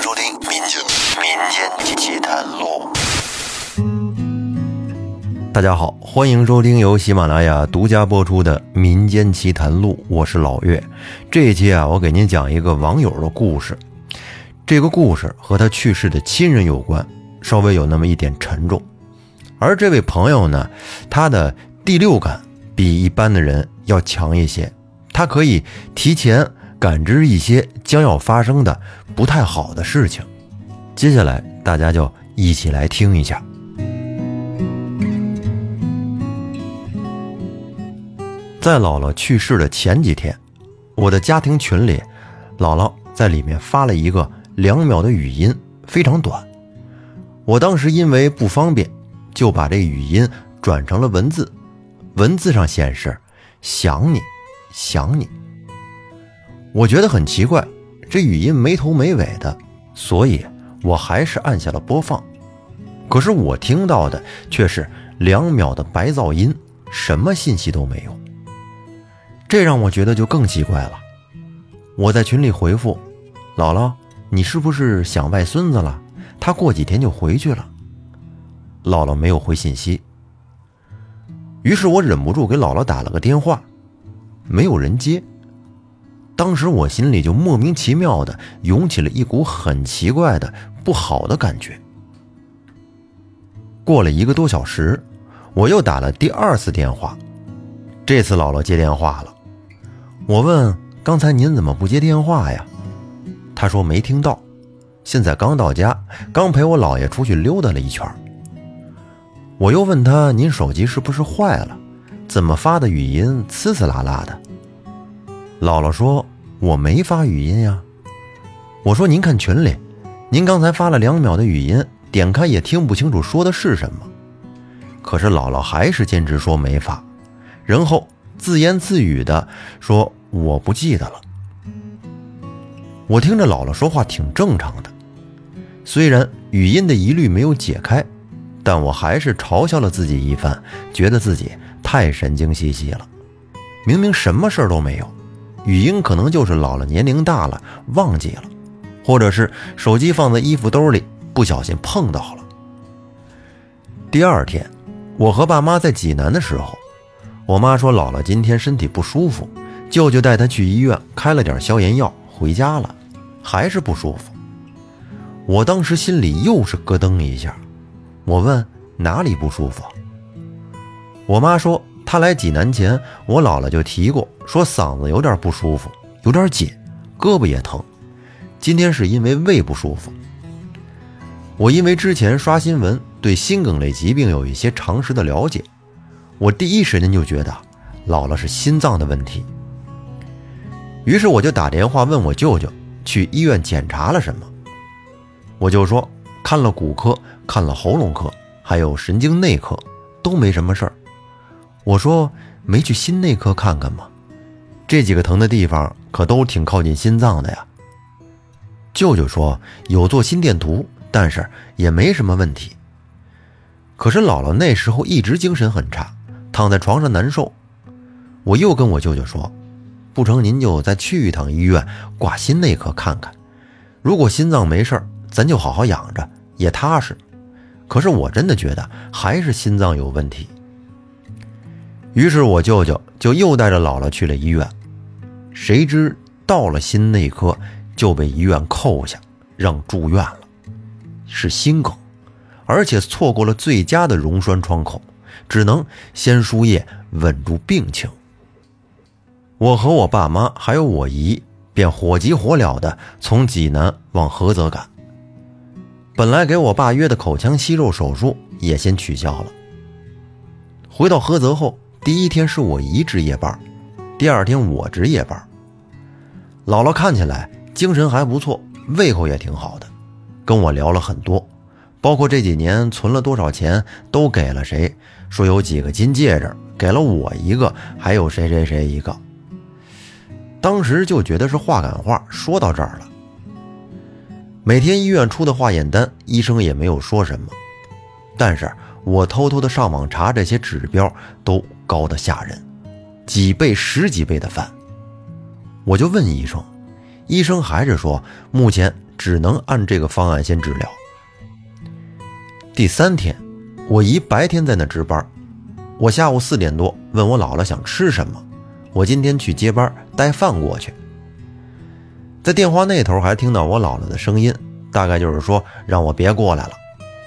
收听民间奇谈录。大家好，欢迎收听由喜马拉雅独家播出的民间奇谈录，我是老岳。这一期我给您讲一个网友的故事。这个故事和他去世的亲人有关，稍微有那么一点沉重。而这位朋友呢，他的第六感比一般的人要强一些，他可以提前感知一些将要发生的不太好的事情。接下来大家就一起来听一下。在姥姥去世的前几天，我的家庭群里，姥姥在里面发了一个2秒的语音，非常短。我当时因为不方便，就把这语音转成了文字，文字上显示想你想你。我觉得很奇怪，这语音没头没尾的，所以我还是按下了播放。可是我听到的却是2秒的白噪音，什么信息都没有。这让我觉得就更奇怪了。我在群里回复，姥姥，你是不是想外孙子了？他过几天就回去了。姥姥没有回信息。于是我忍不住给姥姥打了个电话，没有人接。当时我心里就莫名其妙的涌起了一股很奇怪的不好的感觉。过了1个多小时，我又打了第2次电话，这次姥姥接电话了。我问，刚才您怎么不接电话呀？她说没听到，现在刚到家，刚陪我姥爷出去溜达了一圈。我又问她，您手机是不是坏了？怎么发的语音呲呲啦啦的？姥姥说，我没发语音呀。我说，您看群里，您刚才发了2秒的语音，点开也听不清楚说的是什么。可是姥姥还是坚持说没发，然后自言自语的说我不记得了。我听着姥姥说话挺正常的，虽然语音的疑虑没有解开，但我还是嘲笑了自己一番，觉得自己太神经兮兮了。明明什么事都没有，语音可能就是姥姥年龄大了忘记了，或者是手机放在衣服兜里不小心碰到了。第2天，我和爸妈在济南的时候，我妈说姥姥今天身体不舒服，舅舅带她去医院开了点消炎药，回家了，还是不舒服。我当时心里又是咯噔一下，我问哪里不舒服？我妈说她来济南前，我姥姥就提过，说嗓子有点不舒服，有点紧，胳膊也疼，今天是因为胃不舒服。我因为之前刷新闻，对心梗类疾病有一些常识的了解，我第一时间就觉得姥姥是心脏的问题。于是我就打电话问我舅舅去医院检查了什么。我就说看了骨科，看了喉咙科，还有神经内科，都没什么事儿。我说没去心内科看看吗？这几个疼的地方可都挺靠近心脏的呀。舅舅说有做心电图，但是也没什么问题。可是姥姥那时候一直精神很差，躺在床上难受。我又跟我舅舅说，不成您就再去一趟医院挂心内科看看，如果心脏没事儿，咱就好好养着，也踏实。可是我真的觉得还是心脏有问题。于是我舅舅就又带着姥姥去了医院，谁知到了心内科就被医院扣下，让住院了，是心梗，而且错过了最佳的溶栓窗口，只能先输液稳住病情。我和我爸妈还有我姨便火急火燎的从济南往菏泽赶。本来给我爸约的口腔息肉手术也先取消了。回到菏泽后，第1天是我姨值夜班，第2天我值夜班。姥姥看起来精神还不错，胃口也挺好的，跟我聊了很多，包括这几年存了多少钱都给了谁，说有几个金戒指给了我一个，还有谁谁谁一个。当时就觉得是话赶话，说到这儿了。每天医院出的化验单，医生也没有说什么，但是我偷偷的上网查，这些指标都高得吓人，几倍10几倍的翻。我就问医生，医生还是说目前只能按这个方案先治疗。第3天，我姨白天在那值班，我下午4点多问我姥姥想吃什么，我今天去接班带饭过去。在电话那头还听到我姥姥的声音，大概就是说让我别过来了。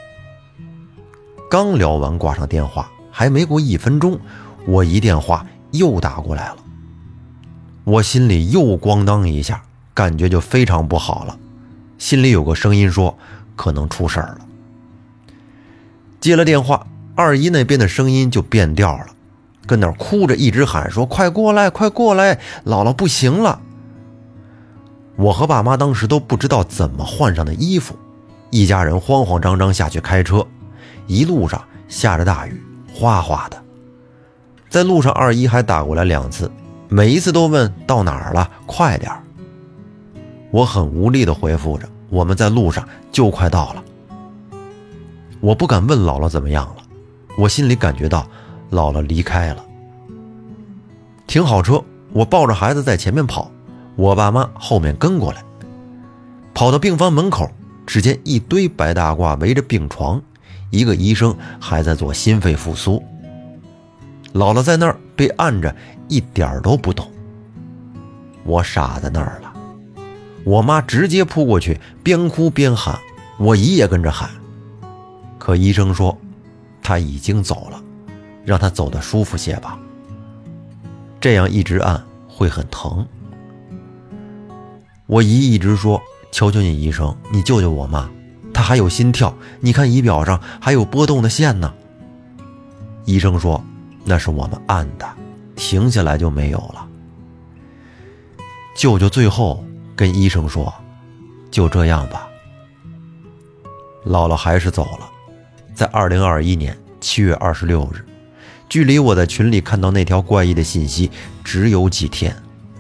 刚聊完挂上电话，还没过1分钟，我姨电话又打过来了。我心里又咣当一下，感觉就非常不好了，心里有个声音说可能出事儿了。接了电话，二姨那边的声音就变调了，跟那儿哭着一直喊说快过来快过来，姥姥不行了。我和爸妈当时都不知道怎么换上的衣服，一家人慌慌张张下去开车，一路上下着大雨，哗哗的。在路上二姨还打过来2次，每一次都问到哪儿了，快点儿。我很无力地回复着我们在路上，就快到了。我不敢问姥姥怎么样了，我心里感觉到姥姥离开了。停好车，我抱着孩子在前面跑，我爸妈后面跟过来。跑到病房门口，只见一堆白大褂围着病床，一个医生还在做心肺复苏。姥姥在那儿被按着，一点都不动。我傻在那儿了，我妈直接扑过去，边哭边喊，我姨也跟着喊。可医生说他已经走了，让他走得舒服些吧，这样一直按会很疼。我姨一直说求求你医生，你救救我妈，她还有心跳，你看仪表上还有波动的线呢。医生说那是我们按的，停下来就没有了。舅舅最后跟医生说就这样吧。姥姥还是走了，在2021年7月26日，距离我在群里看到那条怪异的信息只有几天。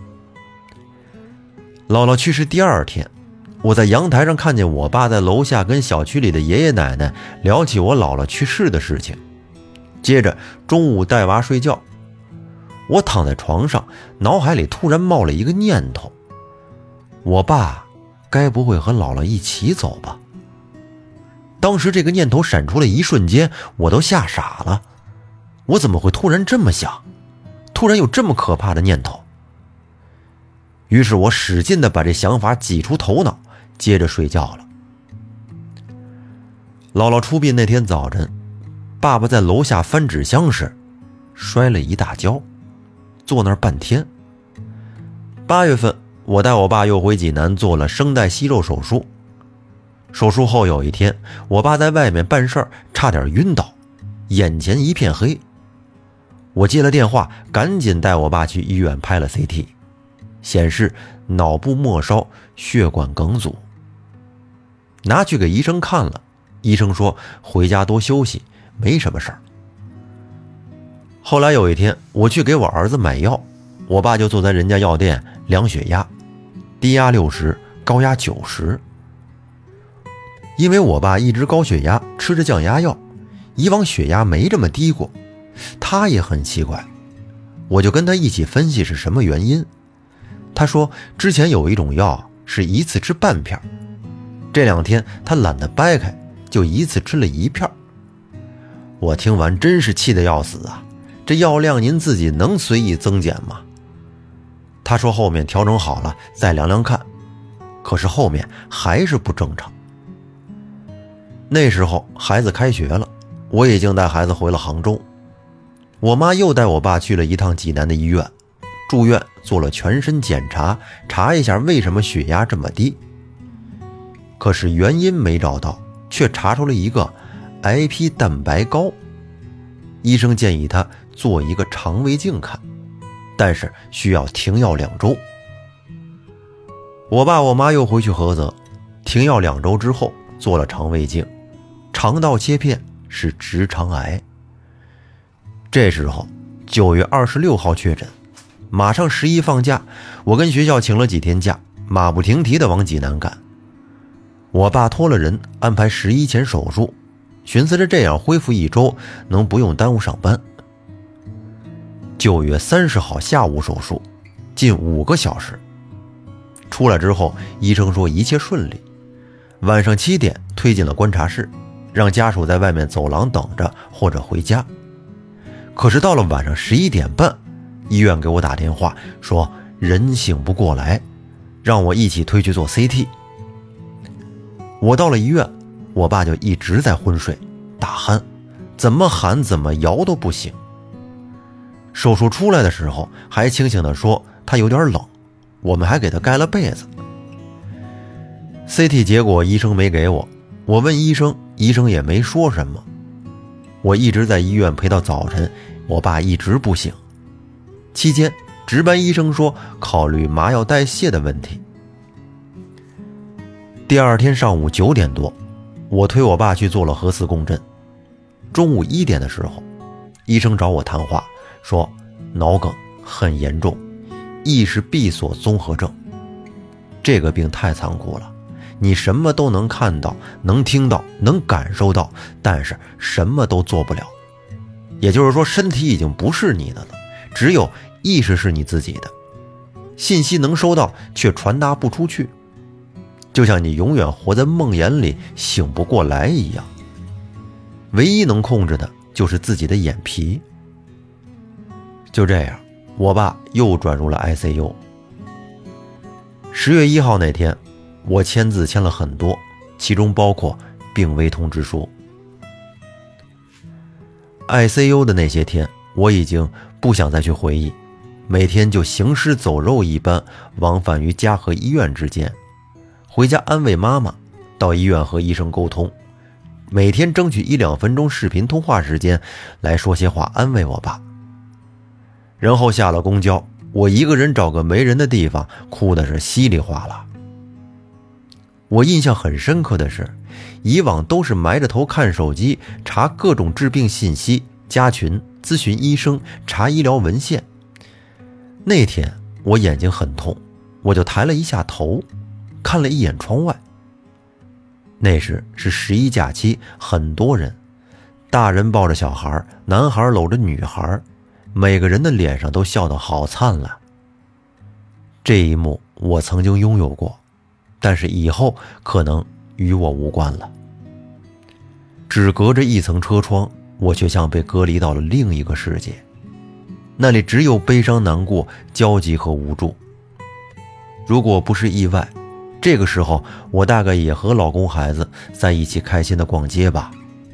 姥姥去世第2天，我在阳台上看见我爸在楼下跟小区里的爷爷奶奶聊起我姥姥去世的事情。接着中午带娃睡觉，我躺在床上，脑海里突然冒了一个念头，我爸该不会和姥姥一起走吧？当时这个念头闪出了一瞬间，我都吓傻了。我怎么会突然这么想？突然有这么可怕的念头？于是我使劲地把这想法挤出头脑，接着睡觉了。姥姥出殡那天早晨，爸爸在楼下翻纸箱时摔了一大跤，坐那儿半天。8月份，我带我爸又回济南做了声带息肉手术。手术后有一天，我爸在外面办事儿，差点晕倒，眼前一片黑。我接了电话，赶紧带我爸去医院拍了 CT， 显示脑部末梢血管梗阻。拿去给医生看了，医生说回家多休息，没什么事儿。后来有一天，我去给我儿子买药，我爸就坐在人家药店量血压，低压60，高压90。因为我爸一直高血压，吃着降压药，以往血压没这么低过，他也很奇怪。我就跟他一起分析是什么原因。他说之前有一种药是一次吃半片，这2天他懒得掰开，就一次吃了1片。我听完真是气得要死啊，这药量您自己能随意增减吗？他说后面调整好了再量量看，可是后面还是不正常。那时候孩子开学了，我已经带孩子回了杭州。我妈又带我爸去了一趟济南的医院，住院做了全身检查，查一下为什么血压这么低。可是原因没找到，却查出了一个癌坯蛋白高。医生建议他做一个肠胃镜看，但是需要停药2周。我爸我妈又回去菏泽，停药2周之后做了肠胃镜，肠道切片是直肠癌。这时候9月26号确诊，马上11放假，我跟学校请了几天假，马不停蹄地往济南赶。我爸托了人安排11前手术，寻思着这样恢复1周能不用耽误上班。9月30号下午手术，近5个小时。出来之后，医生说一切顺利， 晚上7点推进了观察室，让家属在外面走廊等着或者回家。可是到了晚上11点半，医院给我打电话说人醒不过来，让我一起推去做 CT。 我到了医院，我爸就一直在昏睡打鼾，怎么喊怎么摇都不醒。手术出来的时候还清醒地说他有点冷，我们还给他盖了被子。CT 结果医生没给我，我问医生，医生也没说什么。我一直在医院陪到早晨，我爸一直不醒。期间值班医生说考虑麻药代谢的问题。第二天上午9点多，我推我爸去做了核磁共振。中午1点的时候，医生找我谈话，说脑梗很严重，意识闭锁综合症。这个病太残酷了，你什么都能看到，能听到，能感受到，但是什么都做不了。也就是说，身体已经不是你的了，只有意识是你自己的，信息能收到却传达不出去，就像你永远活在梦魇里醒不过来一样。唯一能控制的就是自己的眼皮。就这样，我爸又转入了 ICU。 10月1号那天，我签字签了很多，其中包括病危通知书。 ICU 的那些天，我已经不想再去回忆，每天就行尸走肉一般往返于家和医院之间，回家安慰妈妈，到医院和医生沟通，每天争取1-2分钟视频通话时间来说些话安慰我爸。然后下了公交，我一个人找个没人的地方，哭的是稀里哗啦。我印象很深刻的是，以往都是埋着头看手机，查各种治病信息，加群咨询医生，查医疗文献。那天我眼睛很痛，我就抬了一下头，看了一眼窗外。那时是11假期，很多人，大人抱着小孩，男孩搂着女孩，每个人的脸上都笑得好灿烂。这一幕我曾经拥有过，但是以后可能与我无关了。只隔着一层车窗，我却像被隔离到了另一个世界，那里只有悲伤难过、焦急和无助。如果不是意外，这个时候我大概也和老公孩子在一起开心的逛街吧。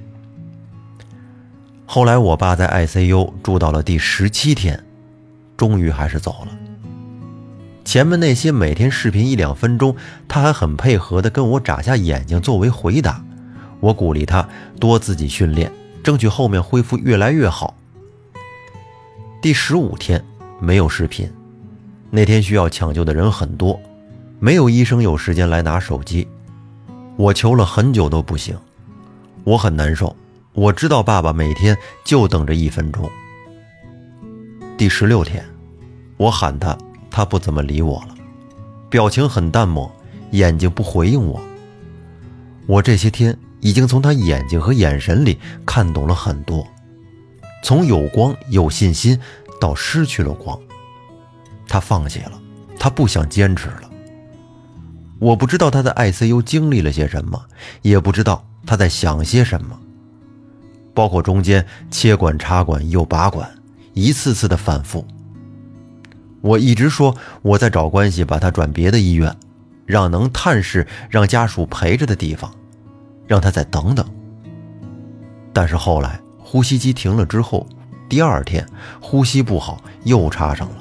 后来我爸在 ICU 住到了第17天，终于还是走了。前面那些每天视频1-2分钟，他还很配合地跟我眨下眼睛作为回答，我鼓励他多自己训练，争取后面恢复越来越好。第15天没有视频，那天需要抢救的人很多，没有医生有时间来拿手机，我求了很久都不行。我很难受，我知道爸爸每天就等着1分钟。第16天，我喊他，他不怎么理我了，表情很淡漠，眼睛不回应我。我这些天已经从他眼睛和眼神里看懂了很多，从有光有信心到失去了光。他放弃了，他不想坚持了。我不知道他在 ICU 经历了些什么，也不知道他在想些什么，包括中间切管插管又拔管，一次次的反复。我一直说我在找关系把他转别的医院，让能探视让家属陪着的地方，让他再等等。但是后来呼吸机停了之后，第2天呼吸不好又插上了。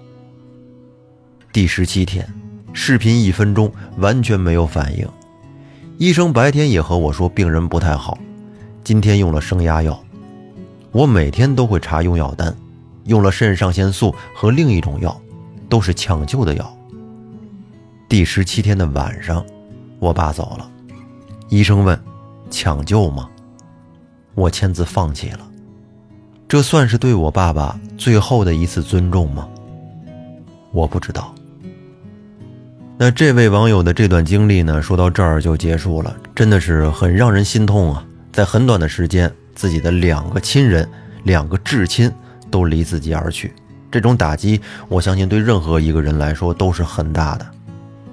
第17天视频1分钟完全没有反应，医生白天也和我说病人不太好，今天用了升压药。我每天都会查用药单，用了肾上腺素和另一种药，都是抢救的药。第17天的晚上，我爸走了，医生问抢救吗？我签字放弃了。这算是对我爸爸最后的一次尊重吗？我不知道。那这位网友的这段经历呢，说到这儿就结束了，真的是很让人心痛啊。在很短的时间，自己的2个亲人，2个至亲都离自己而去，这种打击我相信对任何一个人来说都是很大的。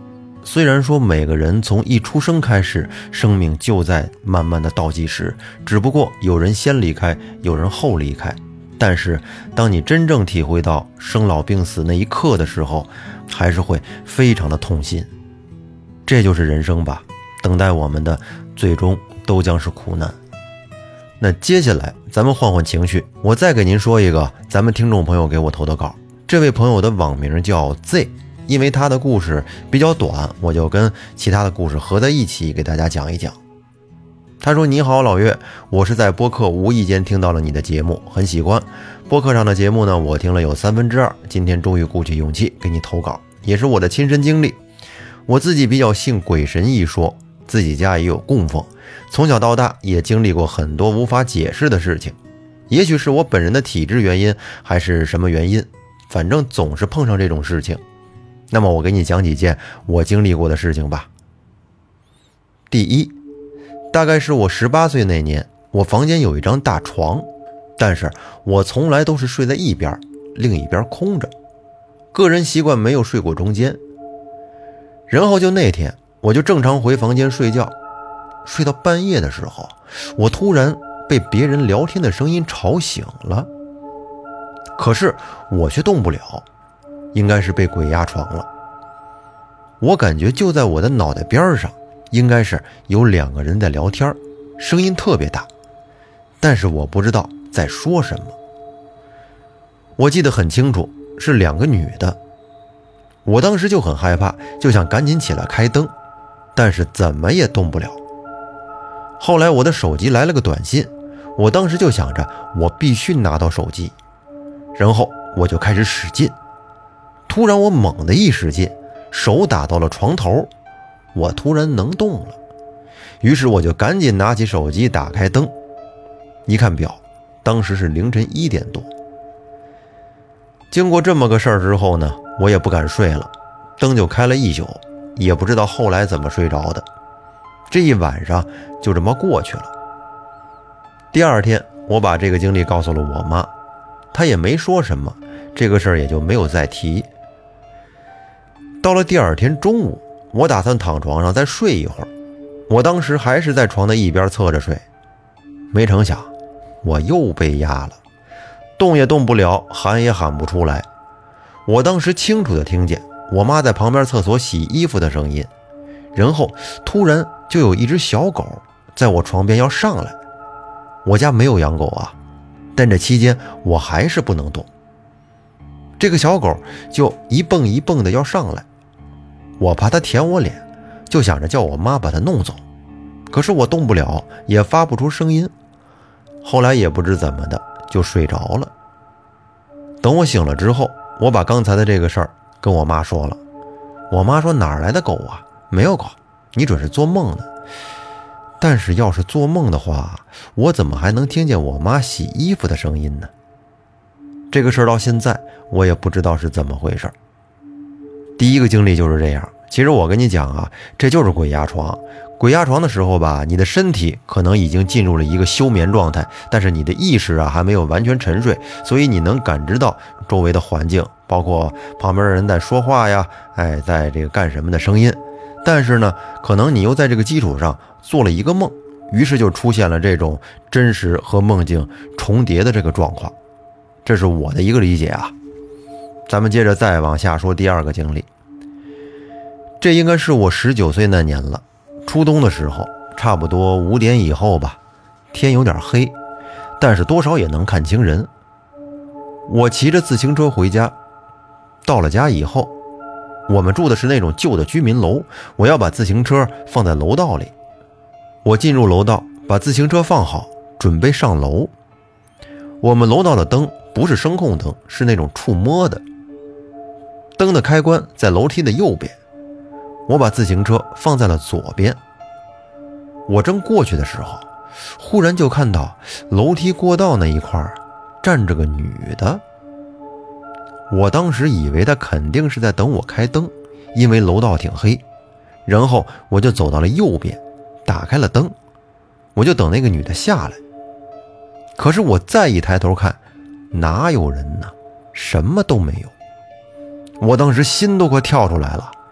虽然说每个人从一出生开始，生命就在慢慢的倒计时，只不过有人先离开，有人后离开。但是当你真正体会到生老病死那一刻的时候，还是会非常的痛心。这就是人生吧，等待我们的最终都将是苦难。那接下来咱们换换情绪，我再给您说一个咱们听众朋友给我投的稿。这位朋友的网名叫 Z， 因为他的故事比较短，我就跟其他的故事合在一起给大家讲一讲。他说：你好老岳，我是在播客无意间听到了你的节目，很喜欢播客上的节目呢，我听了有2/3，今天终于鼓起勇气给你投稿，也是我的亲身经历。我自己比较信鬼神一说，自己家也有供奉，从小到大也经历过很多无法解释的事情，也许是我本人的体质原因，还是什么原因，反正总是碰上这种事情。那么我给你讲几件我经历过的事情吧。第一，大概是我18岁那年，我房间有一张大床，但是我从来都是睡在一边，另一边空着，个人习惯没有睡过中间。然后就那天，我就正常回房间睡觉，睡到半夜的时候，我突然被别人聊天的声音吵醒了，可是我却动不了，应该是被鬼压床了。我感觉就在我的脑袋边上，应该是有2个人在聊天，声音特别大，但是我不知道在说什么。我记得很清楚，是2个女的。我当时就很害怕，就想赶紧起来开灯，但是怎么也动不了。后来我的手机来了个短信，我当时就想着我必须拿到手机，然后我就开始使劲。突然我猛地一使劲，手打到了床头，我突然能动了。于是我就赶紧拿起手机打开灯，一看表，当时是凌晨1点多。经过这么个事儿之后呢，我也不敢睡了，灯就开了一宿，也不知道后来怎么睡着的。这一晚上就这么过去了。第2天，我把这个经历告诉了我妈，她也没说什么，这个事儿也就没有再提。到了第2天中午，我打算躺床上再睡一会儿，我当时还是在床的一边侧着睡，没成想我又被压了，动也动不了，喊也喊不出来。我当时清楚地听见我妈在旁边厕所洗衣服的声音，然后突然就有一只小狗在我床边要上来。我家没有养狗啊，但这期间我还是不能动。这个小狗就一蹦一蹦的要上来，我怕它舔我脸，就想着叫我妈把它弄走，可是我动不了，也发不出声音。后来也不知怎么的就睡着了。等我醒了之后，我把刚才的这个事儿跟我妈说了。我妈说哪儿来的狗啊，没有狗，你准是做梦呢。但是要是做梦的话，我怎么还能听见我妈洗衣服的声音呢？这个事儿到现在我也不知道是怎么回事。第一个经历就是这样。其实我跟你讲啊，这就是鬼压床。鬼压床的时候吧，你的身体可能已经进入了一个休眠状态，但是你的意识啊还没有完全沉睡，所以你能感知到周围的环境，包括旁边人在说话呀，在这个干什么的声音。但是呢，可能你又在这个基础上做了一个梦，于是就出现了这种真实和梦境重叠的这个状况。这是我的一个理解啊。咱们接着再往下说第2个经历。这应该是我19岁那年了，初冬的时候，差不多5点以后吧，天有点黑，但是多少也能看清人。我骑着自行车回家，到了家以后，我们住的是那种旧的居民楼，我要把自行车放在楼道里。我进入楼道，把自行车放好，准备上楼。我们楼道的灯不是声控灯，是那种触摸的，灯的开关在楼梯的右边，我把自行车放在了左边。我正过去的时候，忽然就看到楼梯过道那一块站着个女的。我当时以为她肯定是在等我开灯，因为楼道挺黑。然后我就走到了右边，打开了灯，我就等那个女的下来。可是我再一抬头看，哪有人呢？什么都没有。我当时心都快跳出来了，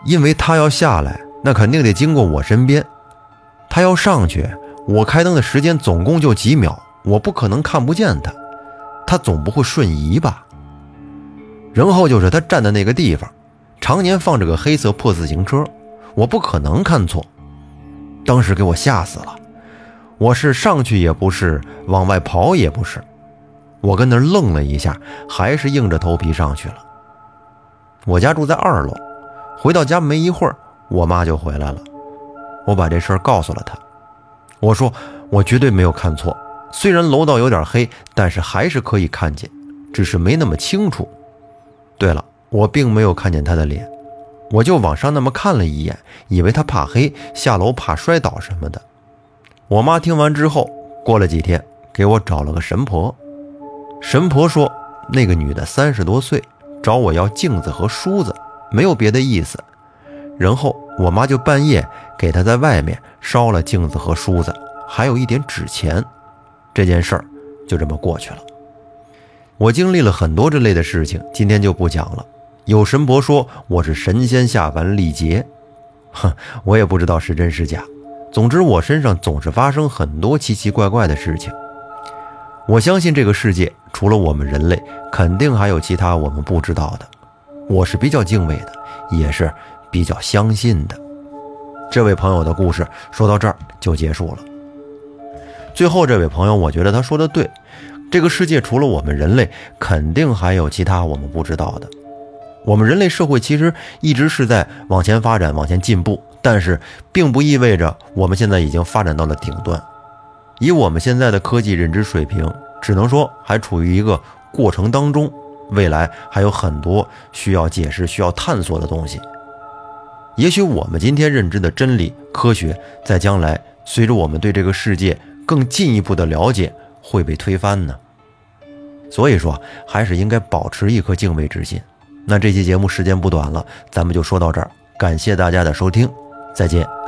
因为他要下来，那肯定得经过我身边，他要上去，我开灯的时间总共就几秒，我不可能看不见他，他总不会瞬移吧。然后就是他站的那个地方，常年放着个黑色破自行车，我不可能看错。当时给我吓死了，我是上去也不是，往外跑也不是，我跟那儿愣了一下，还是硬着头皮上去了。我家住在2楼，回到家没一会儿，我妈就回来了。我把这事儿告诉了她，我说我绝对没有看错，虽然楼道有点黑，但是还是可以看见，只是没那么清楚。对了，我并没有看见他的脸，我就往上那么看了一眼，以为他怕黑，下楼怕摔倒什么的。我妈听完之后，过了几天给我找了个神婆。神婆说那个女的30多岁，找我要镜子和梳子，没有别的意思。然后我妈就半夜给她在外面烧了镜子和梳子，还有一点纸钱。这件事儿就这么过去了。我经历了很多这类的事情，今天就不讲了。有神婆说我是神仙下凡历劫，我也不知道是真是假。总之我身上总是发生很多奇奇怪怪的事情。我相信这个世界除了我们人类，肯定还有其他我们不知道的。我是比较敬畏的，也是比较相信的。这位朋友的故事说到这儿就结束了。最后这位朋友，我觉得他说的对，这个世界除了我们人类，肯定还有其他我们不知道的。我们人类社会其实一直是在往前发展，往前进步，但是并不意味着我们现在已经发展到了顶端。以我们现在的科技认知水平，只能说还处于一个过程当中，未来还有很多需要解释、需要探索的东西。也许我们今天认知的真理、科学，在将来随着我们对这个世界更进一步的了解，会被推翻呢。所以说还是应该保持一颗敬畏之心。那这期节目时间不短了，咱们就说到这儿，感谢大家的收听，再见。